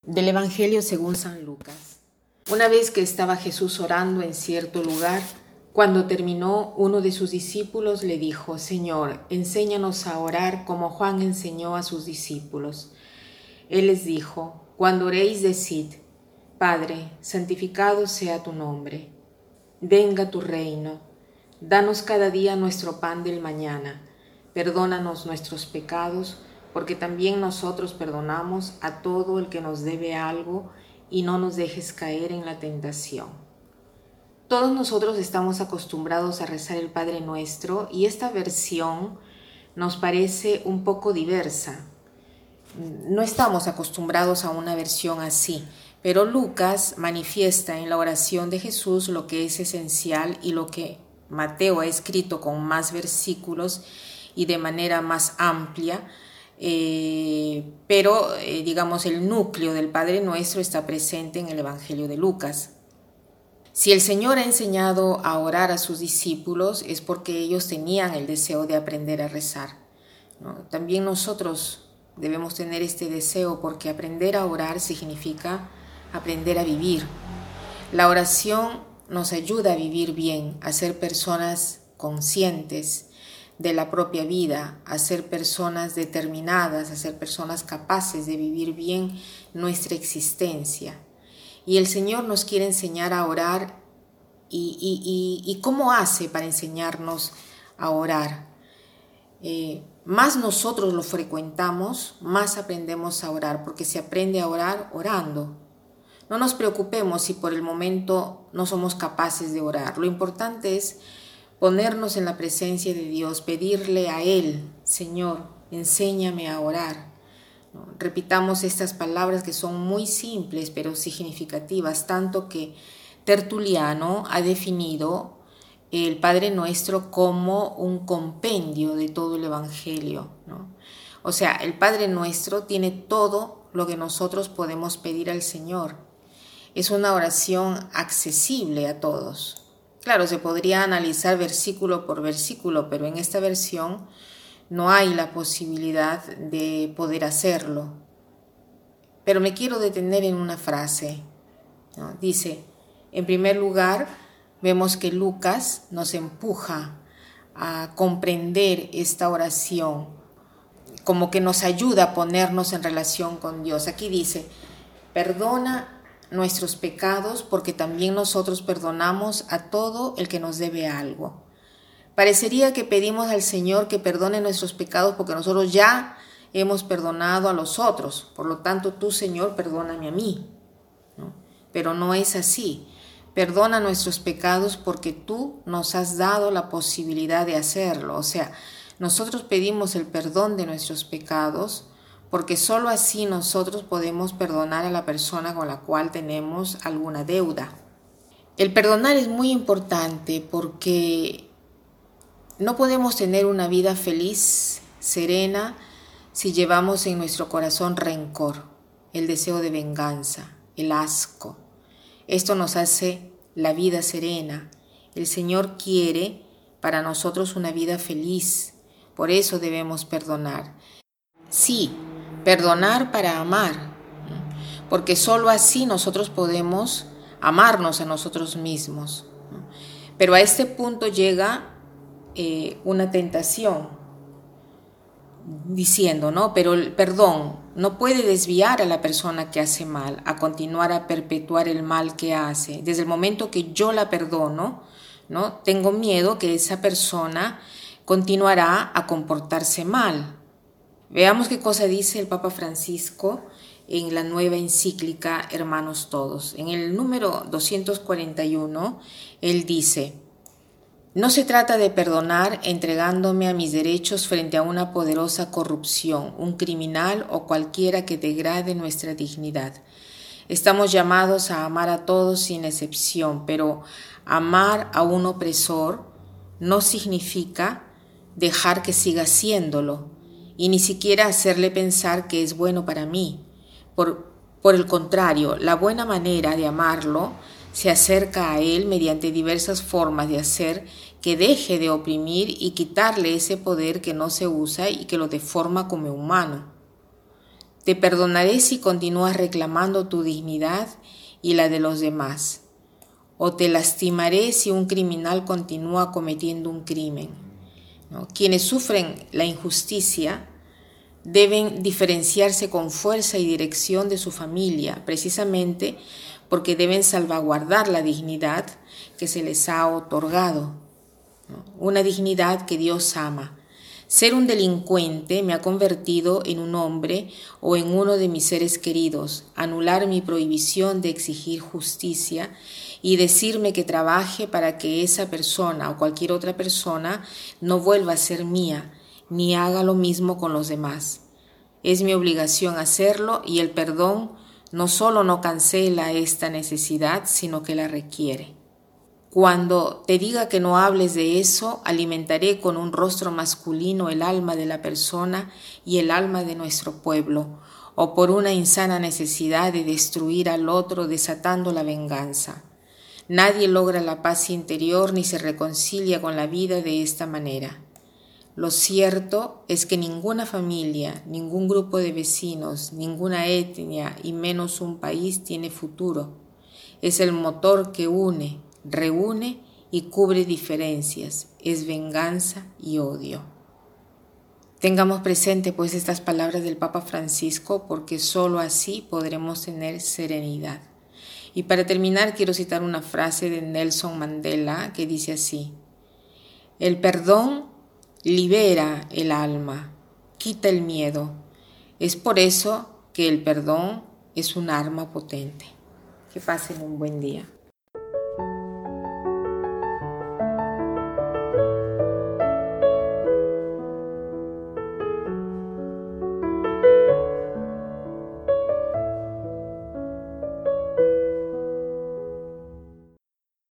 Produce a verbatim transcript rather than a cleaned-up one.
Del Evangelio según San Lucas. Una vez que estaba Jesús orando en cierto lugar, cuando terminó, uno de sus discípulos le dijo: Señor, enséñanos a orar como Juan enseñó a sus discípulos. Él les dijo: Cuando oréis, decid: Padre, santificado sea tu nombre. Venga tu reino. Danos cada día nuestro pan del mañana. Perdónanos nuestros pecados, porque también nosotros perdonamos a todo el que nos debe algo, y no nos dejes caer en la tentación. Todos nosotros estamos acostumbrados a rezar el Padre Nuestro, y esta versión nos parece un poco diversa. No estamos acostumbrados a una versión así, pero Lucas manifiesta en la oración de Jesús lo que es esencial y lo que Mateo ha escrito con más versículos y de manera más amplia. Eh, pero eh, digamos el núcleo del Padre Nuestro está presente en el Evangelio de Lucas. Si el Señor ha enseñado a orar a sus discípulos es porque ellos tenían el deseo de aprender a rezar, ¿no? También nosotros debemos tener este deseo, porque aprender a orar significa aprender a vivir. La oración nos ayuda a vivir bien, a ser personas conscientes de la propia vida, a ser personas determinadas, a ser personas capaces de vivir bien nuestra existencia. Y el Señor nos quiere enseñar a orar. ¿Y, y, y, y cómo hace para enseñarnos a orar? Eh, más nosotros lo frecuentamos, más aprendemos a orar, porque se aprende a orar orando. No nos preocupemos si por el momento no somos capaces de orar. Lo importante es ponernos en la presencia de Dios, pedirle a Él: Señor, enséñame a orar. ¿No? Repitamos estas palabras que son muy simples pero significativas, tanto que Tertuliano ha definido el Padre Nuestro como un compendio de todo el Evangelio, ¿no? O sea, el Padre Nuestro tiene todo lo que nosotros podemos pedir al Señor. Es una oración accesible a todos. Claro, se podría analizar versículo por versículo, pero en esta versión no hay la posibilidad de poder hacerlo. Pero me quiero detener en una frase, ¿no? Dice, en primer lugar, vemos que Lucas nos empuja a comprender esta oración, como que nos ayuda a ponernos en relación con Dios. Aquí dice, perdona nuestros pecados, porque también nosotros perdonamos a todo el que nos debe algo. Parecería que pedimos al Señor que perdone nuestros pecados porque nosotros ya hemos perdonado a los otros. Por lo tanto, tú, Señor, perdóname a mí, ¿no? Pero no es así. Perdona nuestros pecados porque tú nos has dado la posibilidad de hacerlo. O sea, nosotros pedimos el perdón de nuestros pecados porque solo así nosotros podemos perdonar a la persona con la cual tenemos alguna deuda. El perdonar es muy importante porque no podemos tener una vida feliz, serena, si llevamos en nuestro corazón rencor, el deseo de venganza, el asco. Esto nos hace la vida serena. El Señor quiere para nosotros una vida feliz, por eso debemos perdonar. Sí, perdonar para amar, porque solo así nosotros podemos amarnos a nosotros mismos. Pero a este punto llega eh, una tentación, diciendo, ¿no? Pero el perdón no puede desviar a la persona que hace mal, a continuar a perpetuar el mal que hace. Desde el momento que yo la perdono, ¿no? Tengo miedo que esa persona continuará a comportarse mal. Veamos qué cosa dice el Papa Francisco en la nueva encíclica Hermanos Todos. En el número doscientos cuarenta y uno, él dice: no se trata de perdonar entregándome a mis derechos frente a una poderosa corrupción, un criminal o cualquiera que degrade nuestra dignidad. Estamos llamados a amar a todos sin excepción, pero amar a un opresor no significa dejar que siga haciéndolo y ni siquiera hacerle pensar que es bueno para mí. Por, por el contrario, la buena manera de amarlo se acerca a él mediante diversas formas de hacer que deje de oprimir y quitarle ese poder que no se usa y que lo deforma como humano. Te perdonaré si continúas reclamando tu dignidad y la de los demás. O te lastimaré si un criminal continúa cometiendo un crimen, ¿no? Quienes sufren la injusticia deben diferenciarse con fuerza y dirección de su familia, precisamente porque deben salvaguardar la dignidad que se les ha otorgado, ¿no? Una dignidad que Dios ama. Ser un delincuente me ha convertido en un hombre o en uno de mis seres queridos, anular mi prohibición de exigir justicia y decirme que trabaje para que esa persona o cualquier otra persona no vuelva a ser mía, ni haga lo mismo con los demás. Es mi obligación hacerlo y el perdón no solo no cancela esta necesidad, sino que la requiere. Cuando te diga que no hables de eso, alimentaré con un rostro masculino el alma de la persona y el alma de nuestro pueblo, o por una insana necesidad de destruir al otro desatando la venganza. Nadie logra la paz interior ni se reconcilia con la vida de esta manera. Lo cierto es que ninguna familia, ningún grupo de vecinos, ninguna etnia y menos un país tiene futuro. Es el motor que une, reúne y cubre diferencias, es venganza y odio. Tengamos presente pues estas palabras del Papa Francisco, porque sólo así podremos tener serenidad. Y para terminar quiero citar una frase de Nelson Mandela que dice así: el perdón libera el alma, quita el miedo. Es por eso que el perdón es un arma potente. Que pasen un buen día.